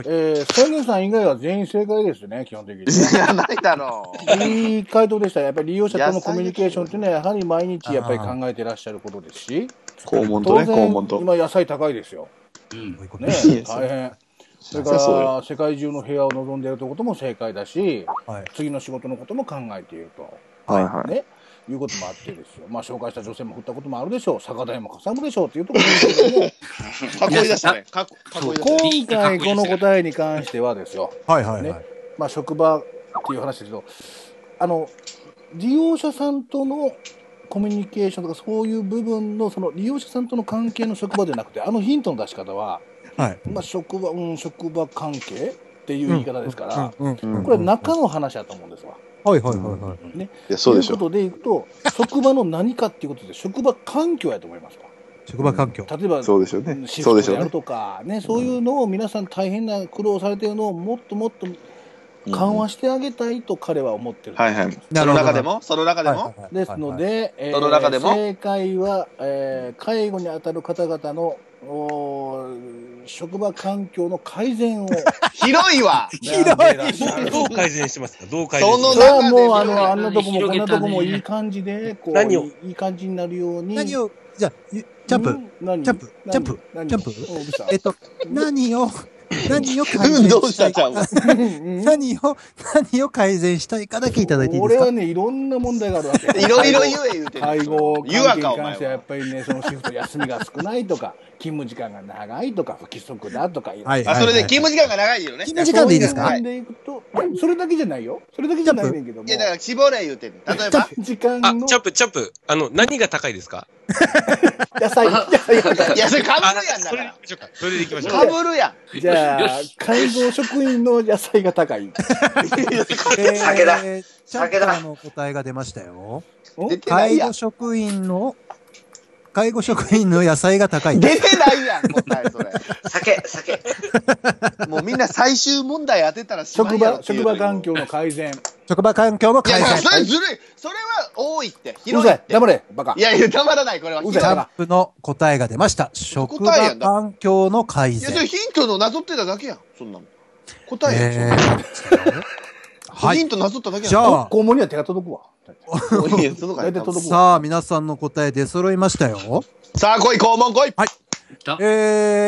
千年さん以外は全員正解ですね、基本的に、ね。 いや、ないだろう。 いい回答でした。やっぱり利用者とのコミュニケーションっていうのは、やはり毎日やっぱり考えてらっしゃることですし、 肛門とね、 当然肛門と。 今野菜高いですよ。ね、大変。それから世界中の平和を望んでいるということも正解だし、次の仕事のことも考えていると。ね。いうこともあってですよ。まあ紹介した女性も振ったこともあるでしょう。酒代もかさむでしょうっていうところですけども。 かっこいいですね。 今回この答えに関してはですよ。まあ職場っていう話ですけど、利用者さんとのコミュニケーションとかそういう部分のその利用者さんとの関係の職場ではなくて、ヒントの出し方は、まあ職場関係っていう言い方ですから、これ中の話だと思うんですわ。ね。そうでしょ。ということでいくと、職場の何かっていうことで、職場環境やと思いますか。 職場環境。 例えば、 そうでしょうね。 シフトであるとか、ね、そういうのを皆さん大変な苦労されているのをもっともっと緩和してあげたいと彼は思ってる。 その中でもですので、 その中でも正解は、介護に当たる方々の職場環境の改善を広いわ広いどう改善してますかどう改善してますかそれはもうあんなとこもこんなとこもいい感じでこういい感じになるように何をじゃあジャンプ何を改善したいか何を改善したいかだけいただいていいですか。 俺はねいろんな問題があるわけ。 いろいろ言うて介護関係に関してはやっぱりねそのシフト休みが少ないとか勤務時間が長いとか不規則だとかそれで勤務時間が長いよね。 勤務時間でいいですか。 それだけじゃないよ。それだけじゃないねんけども。 いやだから絞れ言うてる。例えば時間のチャップ何が高いですか。 野菜いやそれかぶるやんだから。 それでいきましょう。 かぶるやん。 じゃあ介護職員の野菜が高い。 酒だ。 酒だ。の答えが出ましたよ。 介護職員の野菜が高い。 出てないやん答えそれ。 酒。 もうみんな最終問題当てたら職場環境の改善。 職場環境の改善。 それずるい。それは多いって。 広いって。黙れバカ。 いや黙らないこれは。 ジャンプの答えが出ました。職場環境の改善。 いやそれヒントのなぞってただけやん。そんなの。答えやん。ヒントなぞっただけやん。 じゃあ肛門には手が届くわ。 さあ皆さんの答え出揃いましたよ。 さあ来い肛門来い。 はい。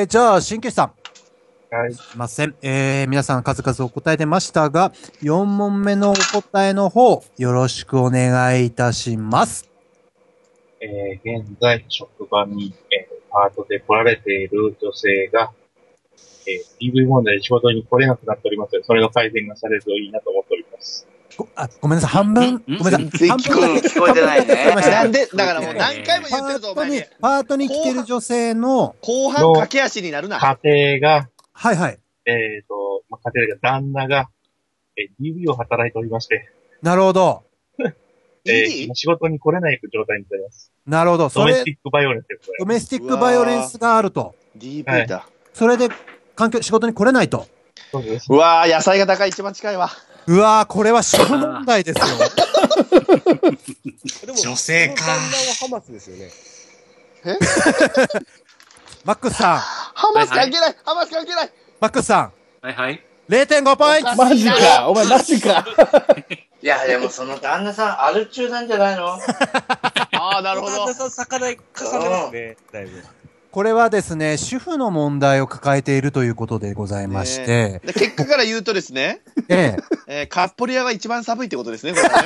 じゃあ新旧さん。すいません。皆さん数々お答え出ましたが、4問目のお答えの方、よろしくお願いいたします。 現在、職場に、パートで来られている女性が、DV 問題で仕事に来れなくなっております。それの改善がされるといいなと思っております。 ごめんなさい。半分ごめんなさい。 聞こえてないね。 なんでだからもう何回も言ってるぞお前。 パートに来てる女性の後半駆け足になるな。 家庭が、 家庭が旦那が、DV を働いておりまして。 なるほど。 仕事に来れない状態になります。 なるほど。 ドメスティックバイオレンスです。 ドメスティックバイオレンスがあると。 DV だ。 それで仕事に来れないと。 そうです。 うわー野菜が高い一番近いわ。 うわーこれは主婦問題ですよ。 女性か。 ハマスですよね。 マックスさん。 ハマス関係ない。ハマス関係ない。 マックスさん。 はい。 0.5 ポイント。 マジか。お前マジか。 いやでもその旦那さんアル中なんじゃないの？ ああなるほど。 旦那さん魚重ねますね。だいぶ。 これはですね、主婦の問題を抱えているということでございまして。 結果から言うとですね。カッポリアが一番寒いってことですね、これね。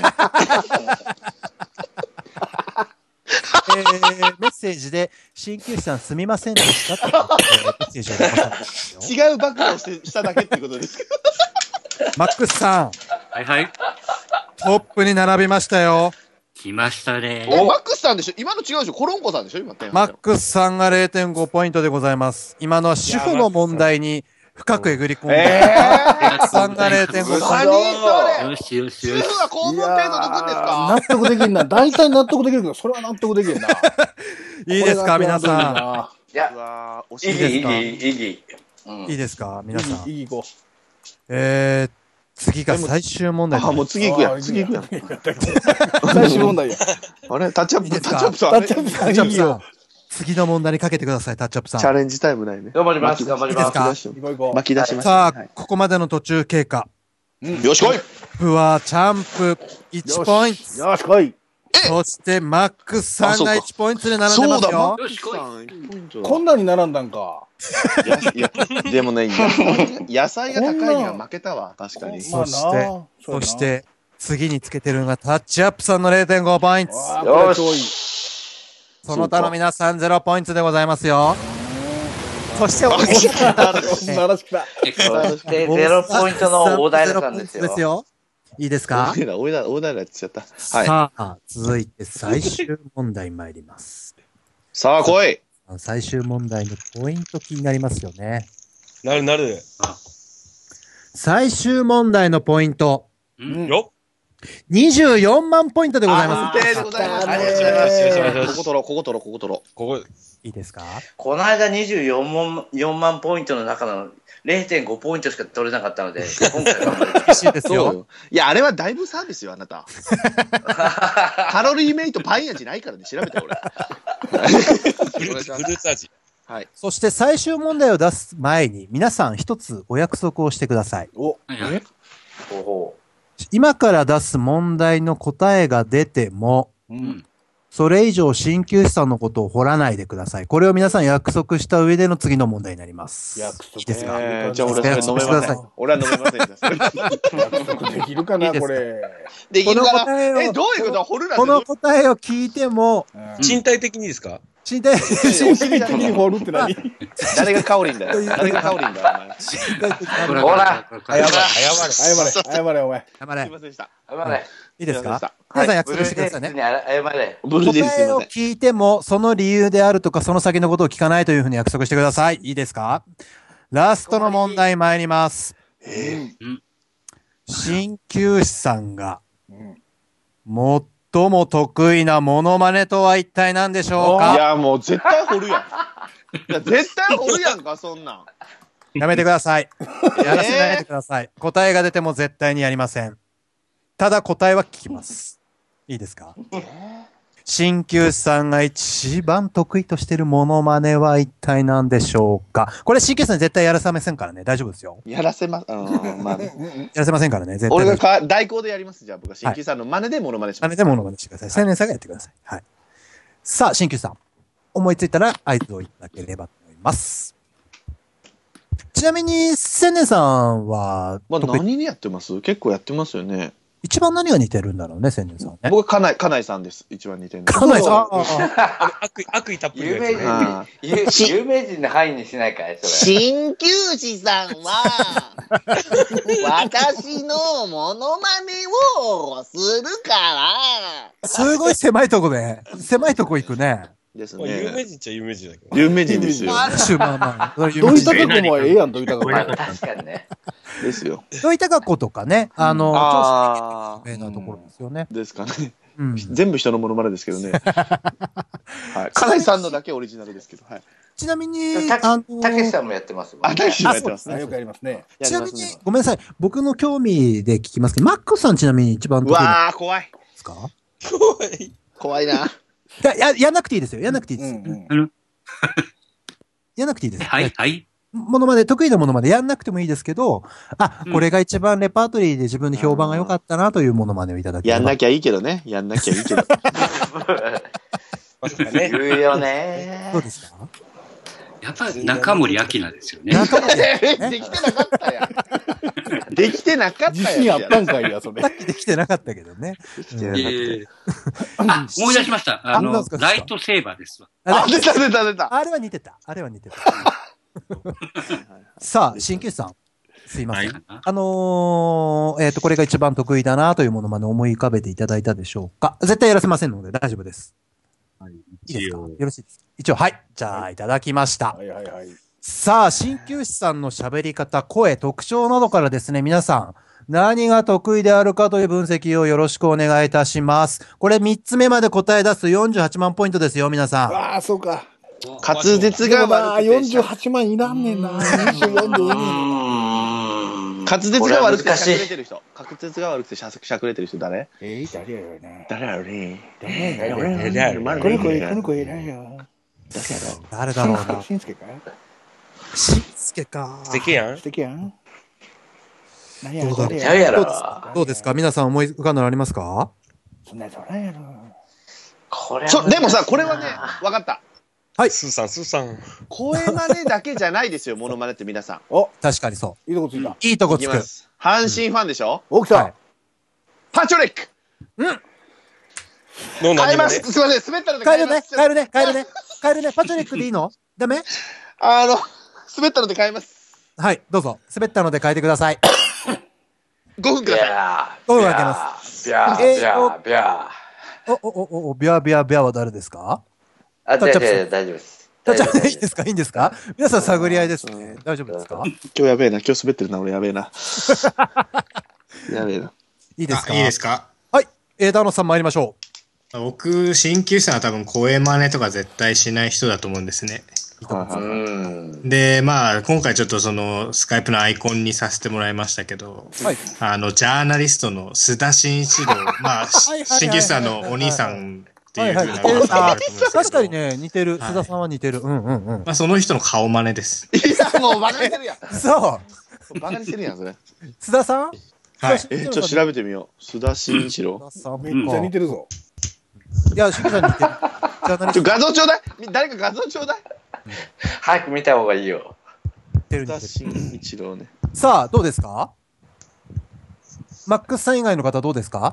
メッセージで、鍼灸師さんすみませんでしたとメッセージを出ました違う暴露をしただけっていうことです。 マックスさん。 はい。 トップに並びましたよ。 来ましたね。 マックスさんでしょ今の違うでしょコロンコさんでしょ今マックスさんが 0.5 ポイントでございます。今のは主婦の問題に深くえぐり込んで。マックスさんが 0.5 ポイント。 何それよし。 主婦は肛門程度抜くんですか納得できんな。大体納得できるけど、それは納得できんな。 いいですか皆さん。いや、いいですか皆さん。 いい行こう。 次が最終問題。 もう次行くやん。次行くやん。最終問題や。 あれタッチアップさん。 タッチアップさん。 次次の問題にかけてください、タッチアップさん。 チャレンジタイムないね。 頑張ります、頑張ります。 いい行こう行こう。 巻き出しました。 さあ、 はいここまでの途中経過。 よし来い。 トップはチャンプ1ポイント。 よし来い。 そしてマックスさんが1ポイントで並んでそうだ、 ますよ。 よし来い。 こんなに並んだんか。 いや、でもね、野菜が高いには負けたわ、確かに。 そして、次につけてるのがタッチアップさんの 0.5 ポイント。 よし。 その他の皆さん0ポイントでございますよ。そして、 素晴らしくた。 そして、0ポイントの大平さんですよ。 いいですか？ 大平やっちゃった。はい。 さあ、続いて最終問題参ります。 さあ、来い。 最終問題のポイント気になりますよね。 なる。 最終問題のポイント。 よ 24万ポイントでございます。 安定でございます。 ありがとうございます。 ここ取ろう、ここ取ろう、ここ取ろう。 ここ、 いいですか？ この間4万ポイントの中の 0.5 ポイントしか取れなかったので、今回頑張ります。 厳しいですよ。 そうよ。いや、あれはだいぶサービスよ、あなた。カロリーメイトパン屋じゃないからね、調べて、俺。 フルーツ味。 はい。 そして最終問題を出す前に、皆さん一つお約束をしてください。 ほほ今から出す問題の答えが出ても、それ以上鍼灸師さんのことを掘らないでください。これを皆さん約束した上での次の問題になります。 約束いいですか？ じゃあ俺は飲めません。俺は飲めません。 約束できるかな、これ。 できるかこの答えをな。どういうこと？掘るなんてこの答えを聞いても、 身体的にですか？ 身体身体的に掘るって何？ 誰がカオリンだよ。誰がカオリンだよ、お前。 ら。ほら、 謝れ、お前。 頑張れすい。ませんでした。 謝れ。 いいですか？ はい皆さん約ブルー束してくださいね。 デンスに謝れ。 ブルーです。す答えをいません。 聞いても、その理由であるとか、その先のことを聞かないというふうに約束してください。いいですか？ラストの問題参ります。鍼灸師さんが、最も得意なモノマネとは一体何でしょういか？ や、もう絶対掘るやん。いや、絶対掘るやんか、そんなん。 やめてください。やらせないでください。答えが出ても絶対にやりません。ただ答えは聞きます。いいですか？鍼灸師さんが一番得意としているモノマネは一体何でしょうか？これ鍼灸師さん絶対やらせませんからね。大丈夫ですよ。 やらせます。まあ、 やらせませんからね。絶対。 俺が代行でやります。じゃあ僕は鍼灸師さんの真似でモノマネします。 真似でモノマネしてください。青年さんがやってください。はい。さあ、鍼灸師さん。思いついたら合図をいただければと思います。ちなみに、青年さんは、 まあ何にやってます？結構やってますよね。 一番何が似てるんだろうね、青年さんはね。 僕は金井さんです。一番似てるの。 金井さん。 悪意たっぷりの有やつね。 名人、有名人の範囲にしないかい、それ。 鍼灸師さんは、私のモノマネをするから。 すごい狭いとこで、狭いとこ行くね。 ですまあ有名ね。 人っちゃ有名人だけど。 有名人ですよ。 まあまあ。 どいたかこもええやん、どいたかこ。 まあ確かにね。 ですよ。 どいたかことかね、 あ超有名なところですよね。 ですかね。 うん。 全部人のモノマネですけどね。はい。金井さんのだけオリジナルですけど。はい。 ちなみに、 たけしさんもやってますもんあ、大丈夫やってます。 よくやりますね。 ちなみに、ごめんなさい。僕の興味で聞きますけど、マックスさんちなみに一番得意なんわー、怖い。 ですか？ 怖いな。 やんなくていいですよ。やんなくていいです。やんなくていいです。 はい。 ものまで、得意なものまでやんなくてもいいですけど、これが一番レパートリーで自分で評判が良かったなというものまでをいただければ。 やんなきゃいいけどね。やんなきゃいいけど。 言うよね。 どうですか？ やっぱり中森明菜ですよね。 できてなかったやん。できてなかったやん。 自信あったんかいや、それさ。っきできてなかったけどね。 思い出しました。 何ですかライトセーバーですわ。 あ、出た。 あれは似てた。さあ、鍼灸師さん。すいません。これが一番得意だなというものまで思い浮かべていただいたでしょうか？絶対やらせませんので大丈夫です。いいですか？よろしいですか？一応、はい。じゃあ、いただきました。さあ、鍼灸師さんの喋り方、声、特徴などからですね、皆さん、何が得意であるかという分析をよろしくお願いいたします。これ3つ目まで答え出すと48万ポイントですよ、皆さん。 ああ、そうか。 滑舌が悪くて。 48万いらんねんな。24でいいねん。 滑舌が悪くてしゃくれてる人。滑舌が悪くてしゃくれてる人誰？ 誰やろね。 誰やろね。 この声いらんよ。 誰だろうな。 しんすけかしんすけか。 素敵やん。 素敵やん。何やどうだろうちゃうやろ。 どうですか皆さん思い浮かんだのありますか？ そんなやつおらんやろ。 これでもさ、これはね、わかった。 スーさん、スーさん。 声真似だけじゃないですよ、モノマネって皆さん。 お、 確かにそいいとこついた。 う。いいとこいきつく。 ます。阪神ファンでしょ？ お、来た。 はいパチョレックの買います。 ね。 すいません、滑ったので帰るね、 買います。 帰るね、帰るね。帰るね。パチョレックでいいの？ダメ？ 滑ったので買います。 はい、どうぞ。滑ったので変えてください。 5分くビださい。 ャー。 どう分けます。 ビャー、ビャー、ビャー。 お、ビャービャービャーは誰ですか？ あ、 タッチアップさん大丈夫です。 じゃあ、いいですか？いいんですか？皆さん探り合いですね。大丈夫ですか？ 今日やべえな、今日滑ってるな、俺やべえな。やべえな。 いいですか？ いいですか？ はい。枝野さん参りましょ僕、鍼灸師さんは多分声真似とか絶対しない人だと思うんですね。で、まあ、今回ちょっとその、スカイプのアイコンにさせてもらいましたけど、 はい。 ジャーナリストの須田慎一郎、まあ、鍼灸師さんのお兄さんっていう風なことがあると思うんですけど、 確かにね、似てる。須田さんは似てる。うんうんうん。 まあ、その人の顔真似です。 いや、もうバカにしてるやん。 そう。 バカにしてるやん、それ。 須田さん？ はい。 ちょっと調べてみよう。須田慎一郎。 須田さんめっちゃ似てるぞ。 いや、しんさんに似てる。ジャーナリスト画像ちょうだい。誰か画像ちょうだい。 早く見た方がいいよ。 似てる須田似てる。 慎一郎ね。 さあ、どうですか？マックスさん以外の方どうですか？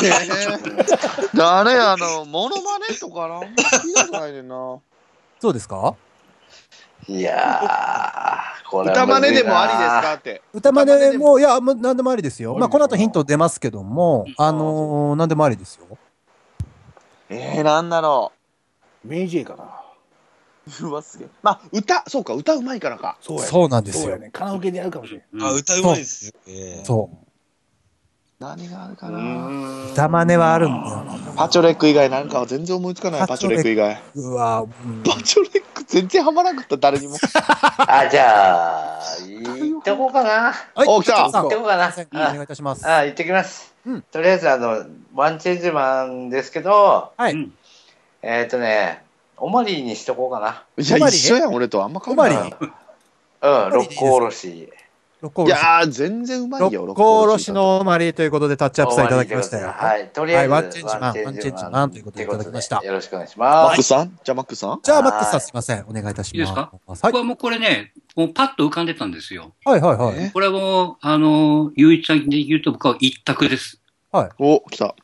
誰モノマネとかな。聞いたことないねんな。 そうですか？ いやー、これは歌真似でもありですか？ かって。 歌真似も、いや、もう何でもありですよ。まあ、この後ヒント出ますけども、何でもありですよ。 なんだろメイジェイかな。 う。うわ、すげえ。まあ、そうか、歌うまいからか。 そうやね。 そうなんですよ。 そうやね。カラオケでやるかもしれん。 あ、歌うまいですよね。 そう。 何があるかな。 歌真似はあるんだよ。 パチョレック以外なんかは全然思いつかない。パチョレック以外。 うわ、 パチョレック全然ハマらなかった、誰にも。 あ、じゃあ、行ってこうかな。 お、来た。 行ってこうかな。 お願いいたします。 行ってきます。とりあえず、ワンチェンジマンですけど、 はい。 オマリーにしとこうかな。 いや、一緒やん、俺とあんま変わんない。 六甲おろし。 いやー、全然うまいよ、 六甲おろしのマリーということでタッチアップさんいただきましたよ。 はい、とりあえず、 ワンチェンジマンということでいただきました。 よろしくお願いします。 マックスさんじゃあマックスさんじゃあマックスさんすいません。お願いいたします。 いいですか？ はい。 これもうこれね、もうパッと浮かんでたんですよ。 はいはいはい。 これも、ゆういちゃんで言うと僕は一択です。 はい。 お、来た。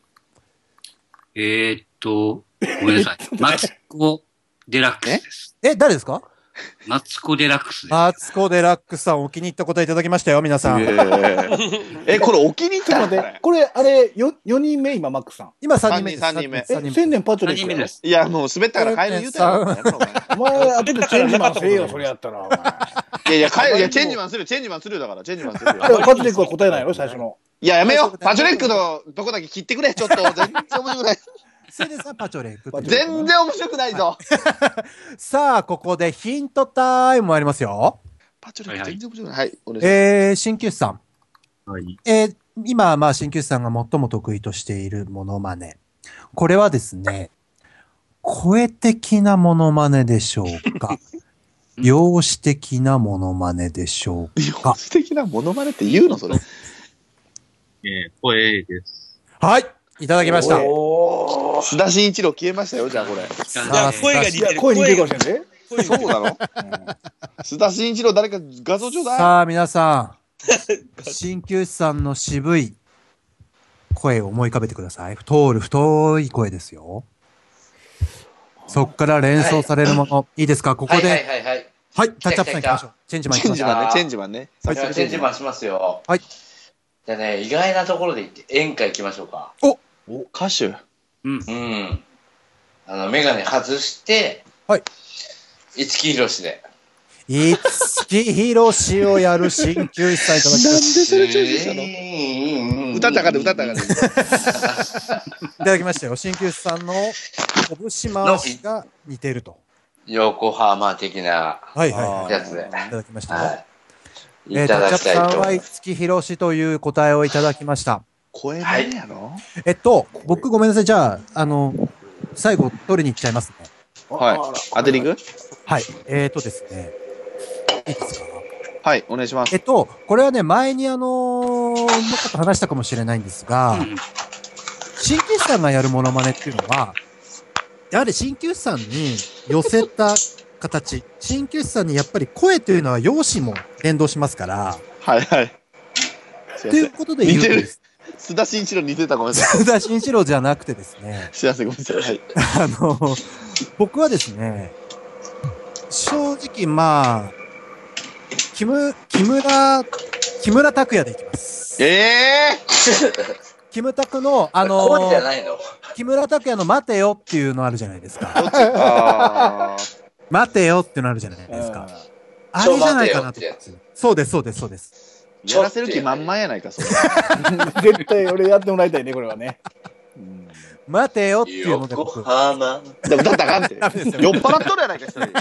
ごめんなさい。マツコ・デラックスです。 誰ですか？ マツコ・デラックスです。 マツコ・デラックスさんお気に入った答えいただきましたよ、皆さん。 これお気に入ったので。 これ、あれ、4人目、今、マックさん。 今3人目です。 3人目。 千年パチョレック。 3人目です。 いや、もう滑ったから帰る言うたよ。 お前、後でチェンジマンせえよ、それやったら。 いやいや、帰る。いや、チェンジマンするだから、チェンジマンするよ。 パチョレックは答えないよ、最初の。 いや、やめよう。パチョレックのとこだけ切ってくれ、ちょっと。全然面白くない。 それでさ、パチョレック。 全然面白くないぞ。 さあ、ここでヒントタイムもありますよ。 パチョレック全然面白くない。はい、お願いします。 鍼灸師さん。 はい。 今、まあ、鍼灸師さんが最も得意としているモノマネ。これはですね、声的なモノマネでしょうか？容姿的なモノマネでしょうか？ 容姿的なモノマネって言うのそれ。 声です。 はい。いただきました。 須田慎一郎消えましたよ、じゃあこれ。 いや、声が似てる。 声似てるかもしれないね。 そうなの？須田慎一郎誰か画像ちょうだい。 さあ、皆さん。鍼灸師さんの渋い声を思い浮かべてください。太い声ですよ。そっから連想されるもの。いいですか？ここで。はい。タッチアップさん行きましょう。チェンジマン行きましょう。 チェンジマンね。 チェンジマンしますよ。 はい。 じゃあね、意外なところで行って演歌行きましょうか。 お、歌手。 メガネ外して、 はい。 五木ひろしで。 五木ひろしをやる鍼灸師さんいただきました。 なんでそれチョイスしたの？歌ったかで。いただきましたよ。鍼灸師さんの拳回しが似てると。 横浜的なやつで。 いただきましたよ。 いただきたいと思います。 さんは五木ひろしという答えをいただきました。 声何やろ？ 僕ごめんなさい。じゃあ、最後取りに行っちゃいますね。 はい。当てに行く？ はい。ですね。いいですか？ はい、お願いします。 これはね、前にもうちょっと話したかもしれないんですが、鍼灸師さんがやるモノマネっていうのは、やはり鍼灸師さんに寄せた形、鍼灸師さんにやっぱり声というのは容姿も連動しますから、 はいはい。 ということで言うとです。 須田慎一郎似てた、ごめんなさい。 須田慎一郎じゃなくてですね。 すいません、ごめんなさい。はい。 僕はですね、正直まあ、木村拓哉でいきます。キムタクの、木村拓哉の待てよっていうのあるじゃないですか。待てよっていうのあるじゃないですか。あれじゃないかなと思って。そうです、そうです、そうです。 やらせる気満々やないか、それ。 絶対俺やってもらいたいね、これはね。 待てよっていうので僕。 でもだったらあかんって。酔っ払っとるやないか、一人。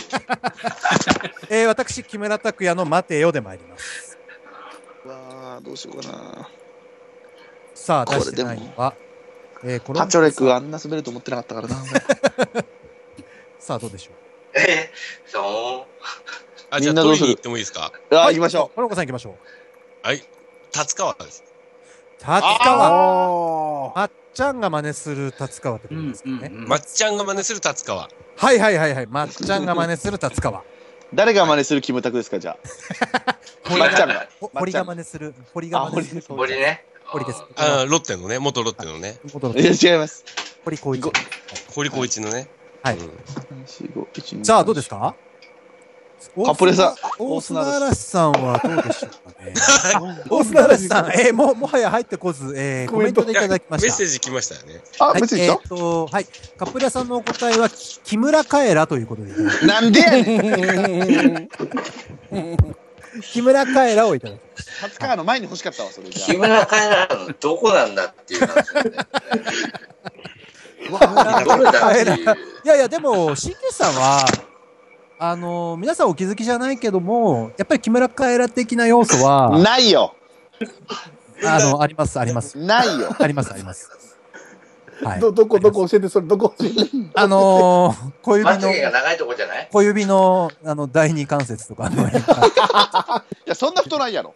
私、木村拓哉の待てよで参ります。 わー、どうしようかな。 さあ、出してないのは、 パチョレクあんな滑ると思ってなかったからな。 さあ、どうでしょう。 じゃあ、取りに行ってもいいですか？ 行きましょう。 コロコさん行きましょう。 はい。達川です。 達川。まっちゃんが真似する達川ってことですかね。 まっちゃんが真似する達川。 はいはいはいはい。まっちゃんが真似する達川。 誰が真似するキムタクですか、じゃあ。まっちゃんが。 堀が真似する。堀が真似する。 堀ね。 堀です。 ロッテのね、元ロッテのね。 いや、違います。 堀光一。 堀光一のね。 はい。さあ、どうですか？ カプレさん。 大砂嵐さんはどうでしょうかね。大砂嵐さん、もはや入ってこず、コメントでいただきました。 メッセージ来ましたよね。 あ、メッセージ来た？ はい。カプレさんのお答えは、木村カエラということでいただきました。 なんでやねん木村カエラをいただきました。 達川の前に欲しかったわ、それじゃあ。 木村カエラのどこなんだっていう話だね。 いやいや、でも、鍼灸師さんは、皆さんお気づきじゃないけども、やっぱり木村カエラ的な要素は、 ないよ。 あります、あります。 ないよ。 あります、あります。 はい。どこ教えて、それ、どこ教えて。 小指の、 が長いとこじゃない？ 小指の、第二関節とか。 いや、そんな太ないやろ。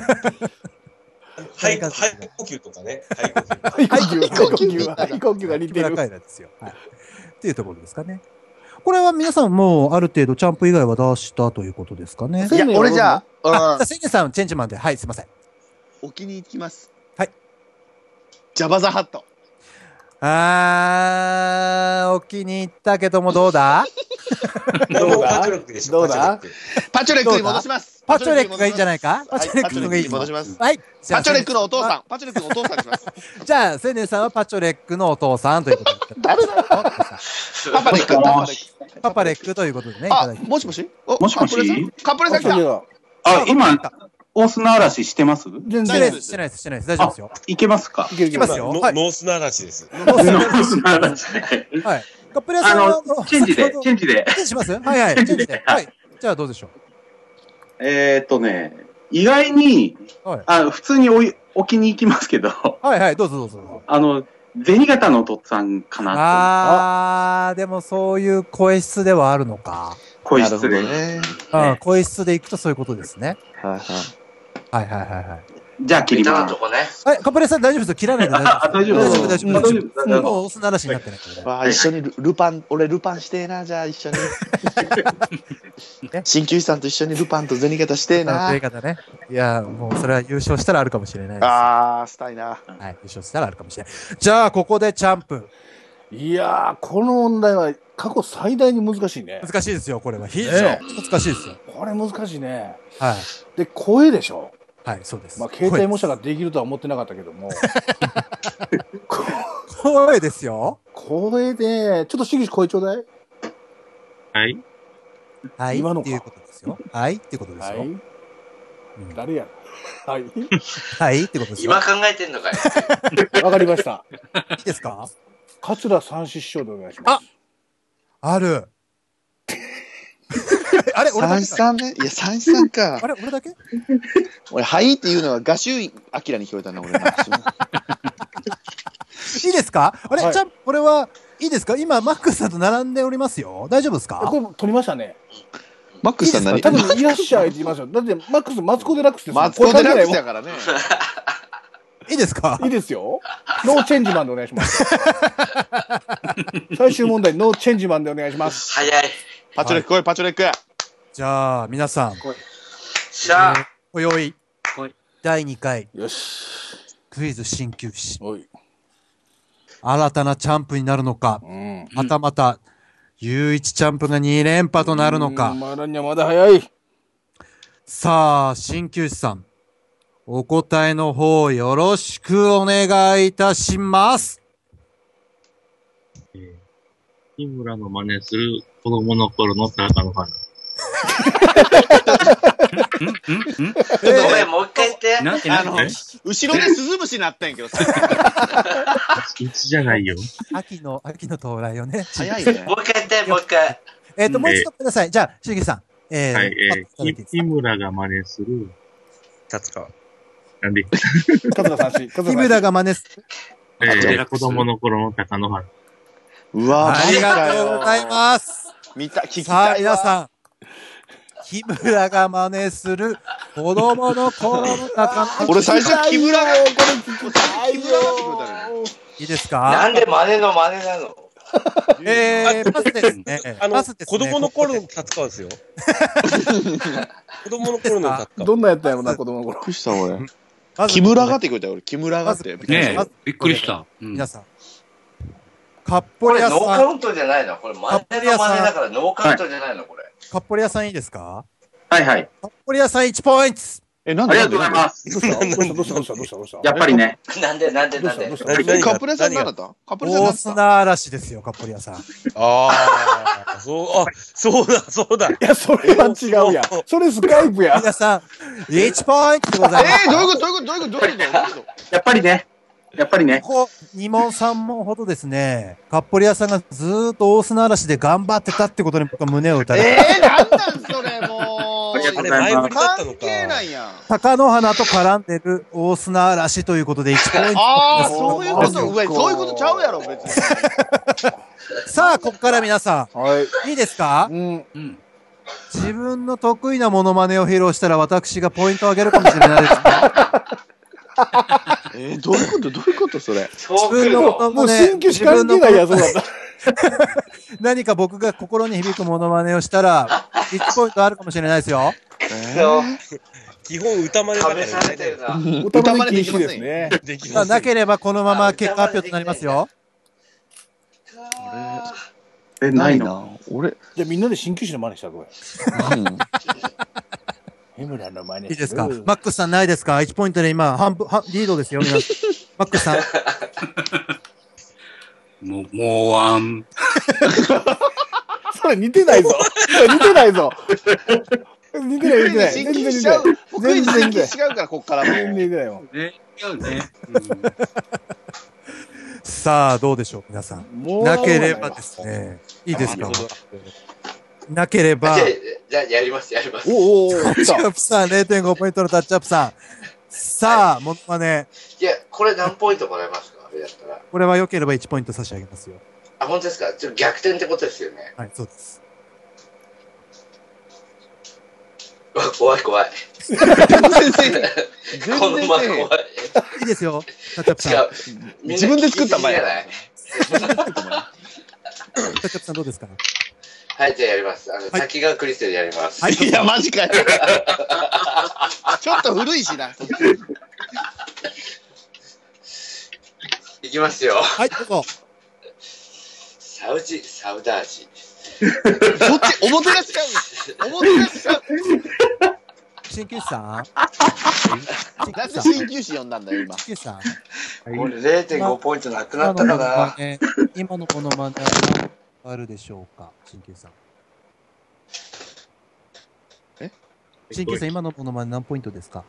肺呼吸とかね。 肺呼吸が似てる。 木村カエラですよ。はい。っていうところですかね。これは皆さんもうある程度チャンプ以外は出したということですかね。 いや、俺じゃあ、セニさん、チェンジマンで。はい、すいません。 お気に入ります。 はい。 ジャバザハット。 お気に入ったけどもどうだ？ どうだ？ どうだ？パチョレックに戻します。 パチョレックがいいんじゃないか？パチョレックのがいい。 戻します。 はい。 パチョレックのお父さん。パチョレックのお父さんにします。 じゃあ、セネさんはパチョレックのお父さんということで。 誰だ？パパレック。 パパレックということでね。 あ、もしもし？ もしもし？ カプレさん来た。 あ、今、大砂嵐してます？ 全然してないです。大丈夫ですよ。 いけますか？ いけますよ。 ノースナ嵐です。 ノースナ嵐。 はい。カプレさんは、 チェンジで。チェンジします？はいはい。チェンジで。はい。じゃあどうでしょう？ 意外に、普通に置きに行きますけど。 はいはい、どうぞどうぞ。 銭形のとっつぁんかなと。 でもそういう声質ではあるのか。 声質で。 声質でいくとそういうことですね。 はいはい。 はいはいはいはい。 じゃあ切ります。 はい、カプレさん大丈夫ですよ。切らないで大丈夫です。大丈夫。もう、お砂嵐になってないから。一緒にルパンしてえな、じゃあ一緒に。鍼灸師さんと一緒にルパンと銭形してえな。 銭形ね。いや、もうそれは優勝したらあるかもしれないです。 したいな。 はい、優勝したらあるかもしれない。じゃあ、ここでチャンプ。 いやー、この問題は過去最大に難しいね。 難しいですよ、これは。非常に難しいですよ。 これ難しいね。 はい。 で、声でしょ。 はい、そうです。 まあ、携帯模写ができるとは思ってなかったけども。 声ですよ。 声で、ちょっとしぎし声ちょうだい。 はい。 はい。 今のっていうことですよ。はい。っていうことですよ。はい。 誰や。はい。 はい。ってことですよ。 今考えてんのかい。 わかりました。 いいですか？ 桂三枝師匠でお願いします。 ある。あれ俺だけ三枝さんね。いや、三枝さんか。 あれ俺だけ俺、はいっていうのは、画集院明に聞こえたな、俺。いいいですか？あれ、じゃあ、これは、 いいですか？今、マックスさんと並んでおりますよ。大丈夫ですか？ これ取りましたね。 マックスさん何？ 多分いらっしゃいって言いますよ。だって、マックス、マツコデラックスですよ。 マツコデラックスだからね。 いいですか？ いいですよ。ノーチェンジマンでお願いします。最終問題、ノーチェンジマンでお願いします。 早い。 パチョレック来い、パチョレック。 じゃあ、皆さん。 しゃあ。 今宵、第2回。 よし。 クイズ鍼灸師。新たなチャンプになるのか。はたまた、唯一チャンプが2連覇となるのか。 まだにはまだ早い。 さあ、鍼灸師さん。お答えの方よろしくお願いいたします。 日村の真似する子供の頃の鷹の花。 ちょっとごめん、もう一回言って。 後ろでスズムシなったんやけどさ。 うちじゃないよ。 秋の到来よね。 早いね。 もう一回言って、もう一回。 もう一度ください。じゃあ、しげさん。 はい、日村が真似する。 立川。 なんで日村が真似する。子供の頃の鷹の花。 うわありがとうございます。 聞きさあ、 たいわ。 皆さん。木村が真似する子供の頃の鷹の花。 俺最初木村が、これ聞きたいよ。 いいですか？ なんで真似の真似なの？ パスですね。 子供の頃の立川ですよ。子供の頃の立川。 どんなやったんやろな、子供の頃。 びっくりした、俺。木村がって言うたよ、俺。木村がって。 ねえ、びっくりした。 皆さん。カッポリアさん。 これノーカウントじゃないの？これ真似の真似だからノーカウントじゃないのこれ。 カッポリアさんいいですか？ はいはい。 カッポリアさん1ポイント。 なんで？ ありがとうございます。 どうしたやっぱりね。 なんでカッポリアさん何だった？カッポリアさん大砂嵐ですよ、カッポリアさん。 そうだ。 いや、それは違うやん。それスカイプや。 皆さん、1ポイントでございます。 どういうことやっぱりね。 ここ2問3問ほどですね、カッポリアさんがずーっと大砂嵐で頑張ってたってことに僕は胸を打たれて。 なんなんそれもう。 あれ前振りだったのか。 関係ないやん。 鷹の花と絡んでる大砂嵐ということで1ポイント。 ああ、そういうこと、そういうことちゃうやろ、別に。 さあ、ここから皆さん、いいですか？自分の得意なモノマネを披露したら私がポイントをあげるかもしれないですね。 どういうことそれ。 自分のモノマネ、自分の何か僕が心に響くモノマネをしたら、1ポイントあるかもしれないですよ。 基本歌真似だからね。 歌真似禁止ですね。 なければこのまま結果発表となりますよ。 ないな。 俺。じゃあみんなで鍼灸師の真似したらどうや。日村の真似。 いいですか？マックスさんないですか？1ポイントで今、リードですよ。マックスさん。 もうワン。 それ似てないぞ。似てない。全然似てない。 僕に鍼灸違うから、こっからもう。 全然似てないもん。 違うね。 さあ、どうでしょう、皆さん。なければですね。いいですか？なければ。 じゃあ、やります。 タッチアップさん、0.5 ポイントのタッチアップさん。さあ、モノマネ。 いや、これ何ポイントもらえますか？あれやったら。 これは良ければ1ポイント差し上げますよ。 あ、本当ですか？ちょっと逆転ってことですよね。 はい、そうです。 怖い。 全然このまま怖い。 いいですよ、タッチアップさん。 違う。 自分で作った前。 タッチアップさんどうですか？ はい、じゃあやります。先がクリステルやります。 いや、マジかよ。ちょっと古いしな。 いきますよ。 はい、どうぞ。 サウダージ。 そっち、おもてなしちゃう。 鍼灸師さん？ なんで鍼灸師呼んだんだよ、今。 鍼灸師さん？ これ 0.5 ポイントなくなったかな。 今のモノマネはあるでしょうか、鍼灸師さん。鍼灸師さん、今のモノマネ何ポイントですか？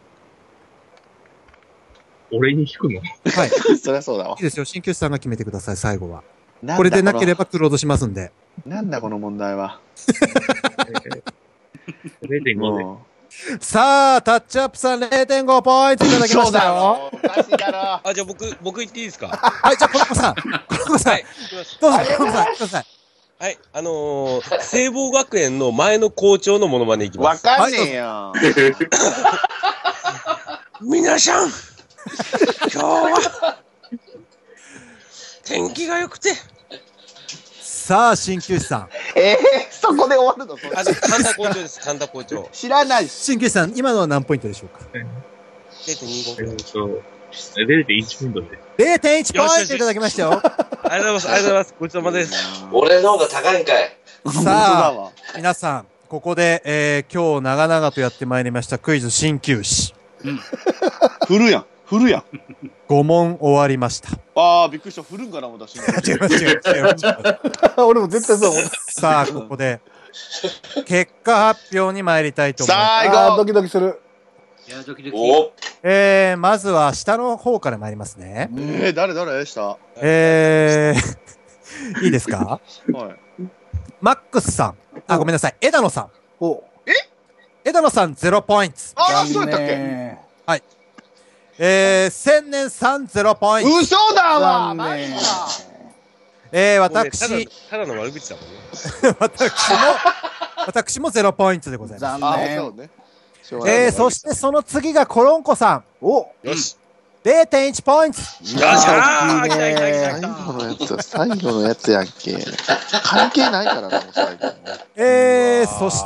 俺に聞くの？ はい。 そりゃそうだわ。 いいですよ、鍼灸師さんが決めてください、最後は。これでなければクロードしますんで。 なんだこの問題は。 0.5 さあ、タッチアップさん 0.5 ポイントいただきましたよ。 おかしいだろ。 あ、じゃあ僕言っていいですか？ はい、じゃあ、コロコさん。コロコさん。 はい。 どうぞ、コロコさん、ください。 はい。聖望学園の前の校長のモノマネいきまわす。 かんねえよ。 皆さん、今日は、天気が良くて。 さあ、鍼灸師さん。 そこで終わるの？ 神田校長です、神田校長。 知らないし。 鍼灸師さん、今のは何ポイントでしょうか？ 0.25。 0.1ポイントで。 0.1 ポイントいただきましたよ。 ありがとうございます。ありがとうございます。ごちそうさまです。 俺の方が高いんかい。 さあ、皆さん、ここで、今日長々とやってまいりましたクイズ鍼灸師。 振るやん。振るやん。 5問終わりました。 ああ、びっくりした。振るんかな、私。 違います、違います。 俺も絶対そう思った。 さあ、ここで、結果発表に参りたいと思います。 最後ドキドキする。 いや、ドキドキ。 まずは下の方から参りますね。 誰下いいですか？ はい。 マックスさん。あ、ごめんなさい。枝野さん。枝野さん0ポイント。 ああ、そうやったっけ？ はい。千年さん0ポイント。 嘘だわマジか。 私。 ただの悪口だもんね。 私も0ポイントでございます。 残念。 そしてその次がコロンコさん。 よし。 0.1 ポイント。 よっしゃー！ 最後のやつやんけ。関係ないからな、もう最後。 そして、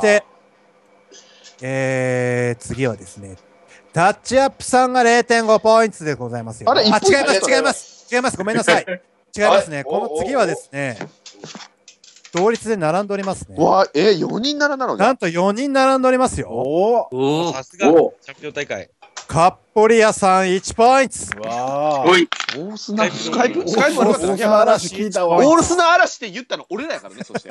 次はですね、タッチアップさんが 0.5 ポイントでございますよ。 あれ、 違います。ごめんなさい。違いますね。この次はですね、同率で並んでおりますね。 4人並んだの？ なんと4人並んでおりますよ。 おさすが、チャンピオン大会。 カッポリアさん1ポイント。 おい。オールスナスカイプ嵐聞いたわ。 オールスナ嵐って言ったの俺らやからね、そして。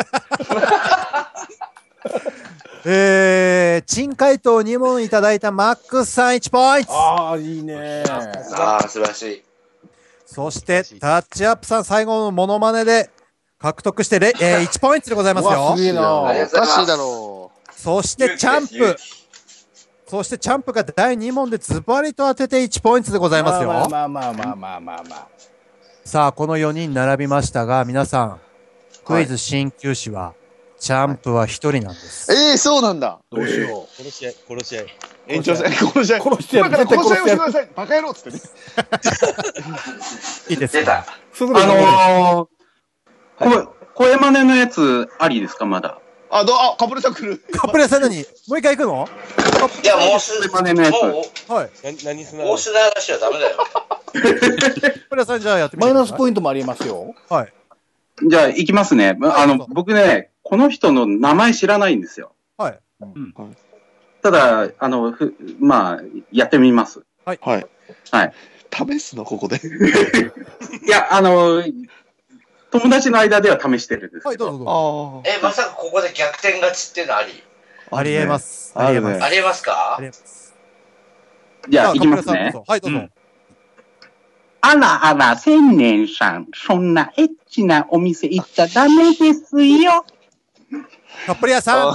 珍回答2問いただいたマックスさん1ポイント。 ああ、いいね。 ああ、素晴らしい。 そして、タッチアップさん最後のモノマネで獲得して1ポイントでございますよ。 すげえな。 おかしいだろう。 そしてチャンプ。が第2問でズバリと当てて1ポイントでございますよ。 まあ。 さあ、この4人並びましたが、皆さん、クイズ鍼灸師は、チャンプは1人なんです。 そうなんだ。 どうしよう。 殺し合い。 延長戦、殺し合い。 殺してやる。絶対殺してやる。 バカ野郎っつってね。 いいですか？ 小山根のやつ、ありですか、まだ。 カプレさん来る。 カプレさん何？もう一回行くの？ いや、もうすぐ。 小山根のやつ。 はい。 何すな大須田嵐はダメだよ。 カプレさんじゃあやってみて。 マイナスポイントもありますよ。 はい。 じゃあ、行きますね。僕ね、この人の名前知らないんですよ。 はい。 ただ、やってみます。 はい。 はい。試すの、ここで。 いや、友達の間では試してるんですけど。 はい、どうぞ。 まさかここで逆転勝ちっていうのあり？ ありえます。 ありえます。 ありえますか？ ありえます。 じゃあ、行きますね。 はい、どうぞ。 あら、千年さん。そんなエッチなお店行っちゃダメですよ。 カップリアさん。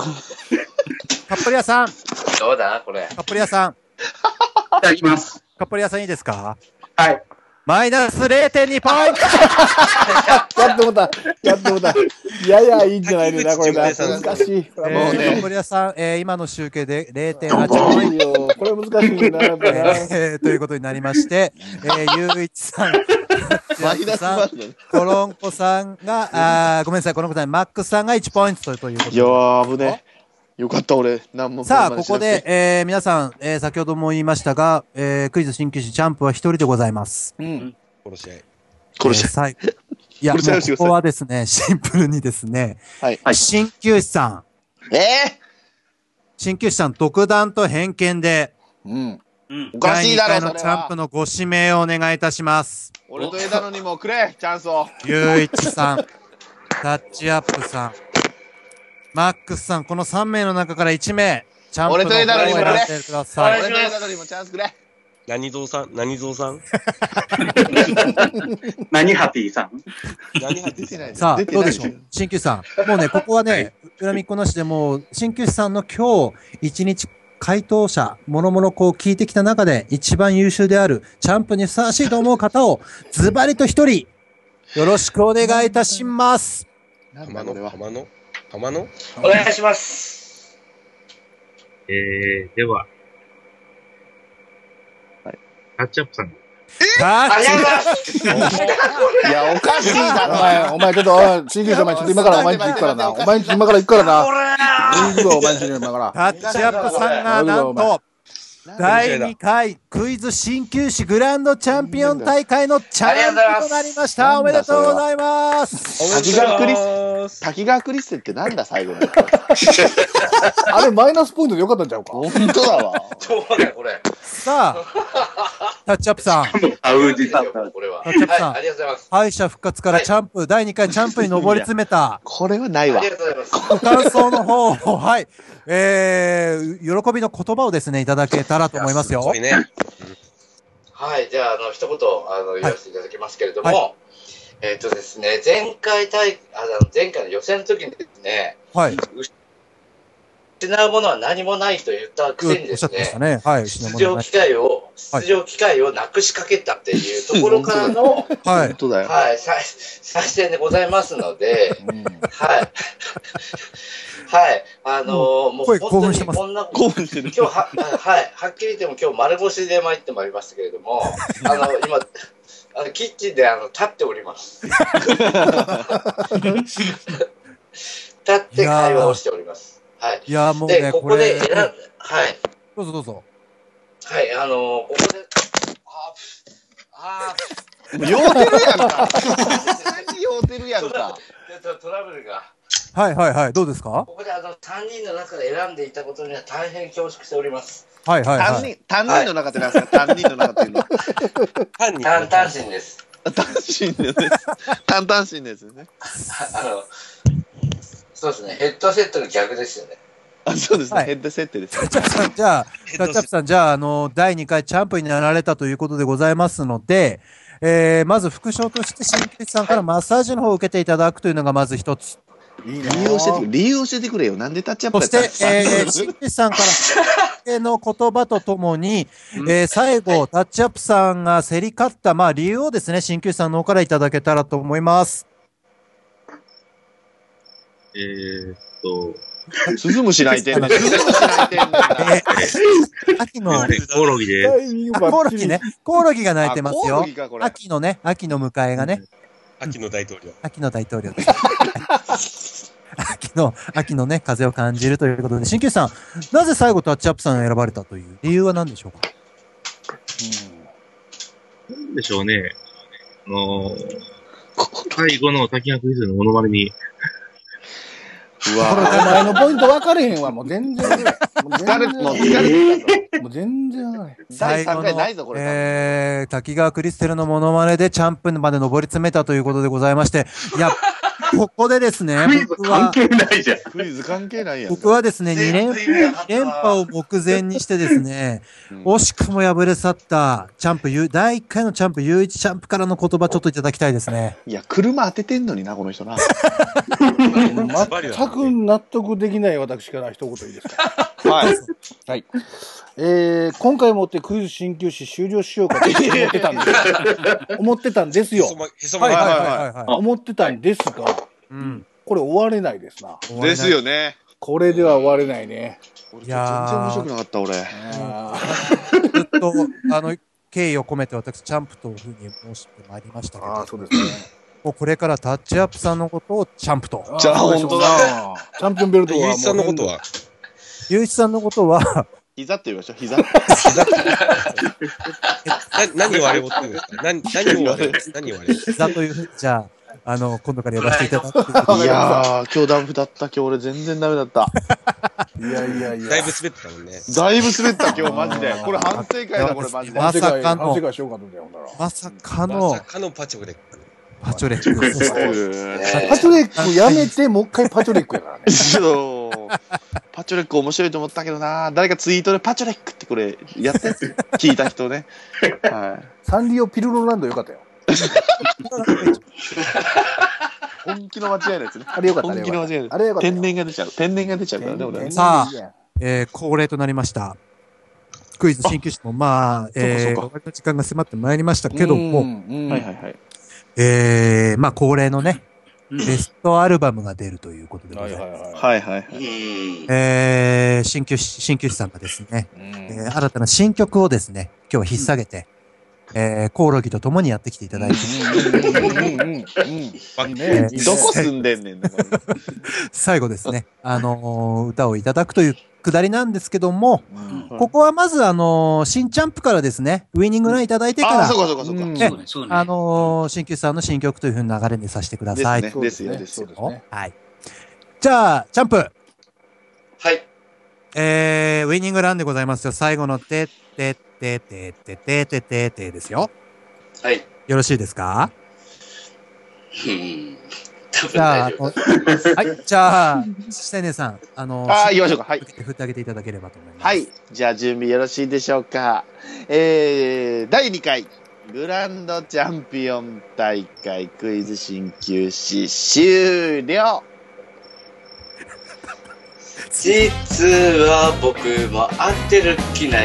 どうだこれ。 カップリアさん。 いただきます。 カップリアさんいいですか？ はい。 マイナス 0.2 ポイント。 やってもた。やいいんじゃないかな、これな。難しい。 カップリアさん、今の集計で 0.8 ポイント。 これ難しいな、やっぱり。 ということになりまして、ゆういちさん、コロンコさんが、ごめんなさい、コロンコさん、マックスさんが1ポイントということで。 いやー、危ね。よかった、俺。 さあ、ここで、皆さん、先ほども言いましたが、クイズ鍼灸師チャンプは1人でございます。 殺し合い。 いや、もうここはですね、シンプルにですね、鍼灸師さん。鍼灸師さん、独断と偏見で、 おかしいだろ、 第2回のチャンプのご指名をお願いいたします。 俺と枝野にもくれ、チャンスを。 ゆういちさん、タッチアップさん、マックスさん、この3名の中から1名、チャンプの方を選んでください。 俺と枝野にもチャンスくれ。 何蔵さん何ハティさんさあ、どうでしょう鍼灸師さん。もうね、ここはね、恨みっこなしでもう、鍼灸師さんの今日、一日回答者、もろもろこう聞いてきた中で一番優秀であるチャンプにふさわしいと思う方をズバリと一人よろしくお願いいたします。 浜野お願いします。 では、タッチアップさん。 ありがとうございます。 いや、おかしいだろ。 お前ちょっと、新旧お前ちょっと今からお前んち行くからな。お前んち今から行くからな。行くぞ、お前んち今から。 タッチアップさんがなんと、第2回クイズ鍼灸師グランドチャンピオン大会のチャンピオンとなりました。おめでとうございます。 滝川クリステってなんだ、最後の。 あれマイナスポイントでよかったんちゃうか。 本当だわ。 そうだよ、これ。 さあ、タッチアップさん。タッチアップさん。 ありがとうございます。 敗者復活からチャンプ、第2回チャンプに上り詰めた。 これはないわ。 ありがとうございます。 ご感想の方を、はい。喜びの言葉をですね、いただけたらと思いますよ。 はい、じゃあ、一言、言わせていただきますけれども、ですね、前回の予選の時にですね、 はい。 失うものは何もないと言ったくせにですね、出場機会をなくしかけたっていうところからの、 はい。 再戦でございますので、はい。はい。もう本当にこんな、今日はっきり言っても今日丸腰で参ってまいりましたけれども、今、キッチンで立っております。立って会話をしております。はい。 いや、もうね、 で、ここではい。 どうぞどうぞ。 はい、ここで、 酔うてるやんか。酔うてるやんか。 トラブルが。 はいはいはい、どうですか？ ここで3人の中で選んでいたことには大変恐縮しております。 はいはいはい。 担任の中って何ですか？担任の中っていうのは。 単身です。 単身です。単身ですね。 そうですね。ヘッドセットの逆ですよね。 あ、そうですね。ヘッドセットです。 じゃあ、タッチアップさん、じゃあ、第2回チャンプになられたということでございますので、まず副賞として鍼灸師さんからマッサージの方を受けていただくというのがまず一つ。 理由教えてくれよ。なんでタッチアップそして、鍼灸師さんからの言葉とともに、最後、タッチアップさんが競り勝った、理由をですね、鍼灸師さんの方からいただけたらと思います。 スズムしないてんねん。 秋の、 コオロギで。 コオロギね。コオロギが鳴いてますよ。秋のね、秋の迎えがね。 秋の大統領。 秋の大統領です。秋のね、風を感じるということで、鍼灸師さん、なぜ最後タッチアップさんを選ばれたという理由は何でしょうか？ なんでしょうね。最後の滝川クイズのモノマネに、 うわお前のポイント分かれへんわ。もう全然。疲れてもう全然分かれへん。 第3回ないぞ、これ。 滝川クリステルのモノマネでチャンプまで上り詰めたということでございまして、いや、ここでですね、 僕は、 クイズ関係ないやん。 僕はですね、2連覇を目前にしてですね、惜しくも敗れ去ったチャンプ、第1回のチャンプ、U1 チャンプからの言葉ちょっといただきたいですね。 いや、車当ててんのにな、この人な。 全く納得できない私から一言いいですか？はい。はい。今回もってクイズ鍼灸師終了しようかと思ってたんですよ。思ってたんですが、これ終われないですな。 ですよね。 これでは終われないね。 いや全然面白くなかった、俺。 ずっと、敬意を込めて私、チャンプというふうに申してまいりましたけど。 そうですね。 もうこれからタッチアップさんのことをチャンプと。 じゃあ、本当だ。 チャンピオンベルトは。 ゆういちさんのことはゆういちさんのことは、 膝って言いましょう、膝。 何をあれをってるんですか？何をあれ膝という、じゃあ、今度から呼ばせていただく。 いやー、今日ダメだった。今日俺全然ダメだった。 いや。 だいぶ滑ったもんね。 だいぶ滑った、今日マジで。これ反省会だ、これマジで。 まさかのパチョレック。 パチョレック。 パチョレックやめて、もう一回パチョレックやからね。 パチョレック面白いと思ったけどな。誰かツイートでパチョレックってこれやって聞いた人ね。はい。 サンリオピルロランドよかったよ。 本気の間違いのやつね。 あれよかった。 本気の間違い。 あれよかった。 天然が出ちゃう。天然が出ちゃうからね、俺。 さあ、 恒例となりました。クイズ新旧種も、まあ、終わりの時間が迫ってまいりましたけども、まあ、恒例のね、ベストアルバムが出るということでございます。 はいはいはい。 新旧種さんがですね、新たな新曲をですね、今日は引っ提げて、コオロギと共にやってきていただいて。 どこ住んでんねん。 最後ですね、歌をいただくというくだりなんですけども、ここはまず新チャンプからですね、ウィニングラインいただいてから、新旧さんの新曲というふうな流れにさせてください。 ですよ。 はい。じゃあ、チャンプ。 はい。 ウィニングランでございますよ。最後のてですよ。 はい。 よろしいですか？ じゃあ、 はい。じゃあ、青年さん、 行きましょうか。はい。 振ってあげていただければと思います。 はい。じゃあ、準備よろしいでしょうか。第2回、グランドチャンピオン大会クイズ鍼灸師終了。 実は僕も当てる気ない。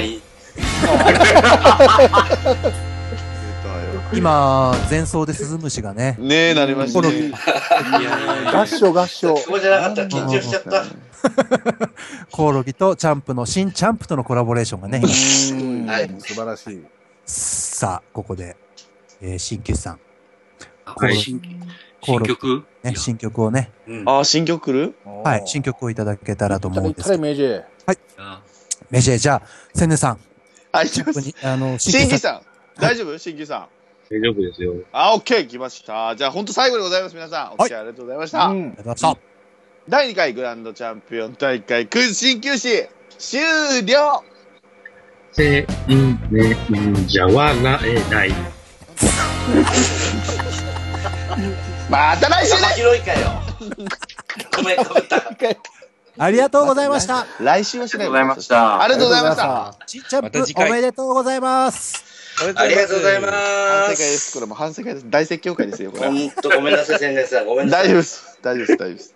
今、前奏でスズムシがね。 ねえ、なりましたね。 合唱。 ここじゃなかった。緊張しちゃった。 コオロギとチャンプの新チャンプとのコラボレーションがね。 はい。素晴らしい。 さあ、ここで、新旧さん。 新曲ね、新曲をね。 新曲来る？ はい、新曲をいただけたらと思うんですけど。 メジェー。 はい。メジェー、じゃあ、千年さん。 はい、新旧さん。大丈夫？新旧さん。 大丈夫ですよ。 オッケー、来ました。じゃあ、本当最後でございます。皆さん、お付き合いありがとうございました。 ありがとうございました。 第2回グランドチャンピオン大会クイズ鍼灸師終了。 千年じゃ笑えない。 また来週ね。 広いかよ。ごめん。 ありがとうございました。 来週はしない。 ありがとうございました。 ありがとうございました。 ちっちゃんぷおめでとうございます。 ありがとうございます。 反省会です。これも反省会です。大説教会ですよ。これ。 本当ごめんなさい、千年さん。ごめんなさい。 大丈夫です。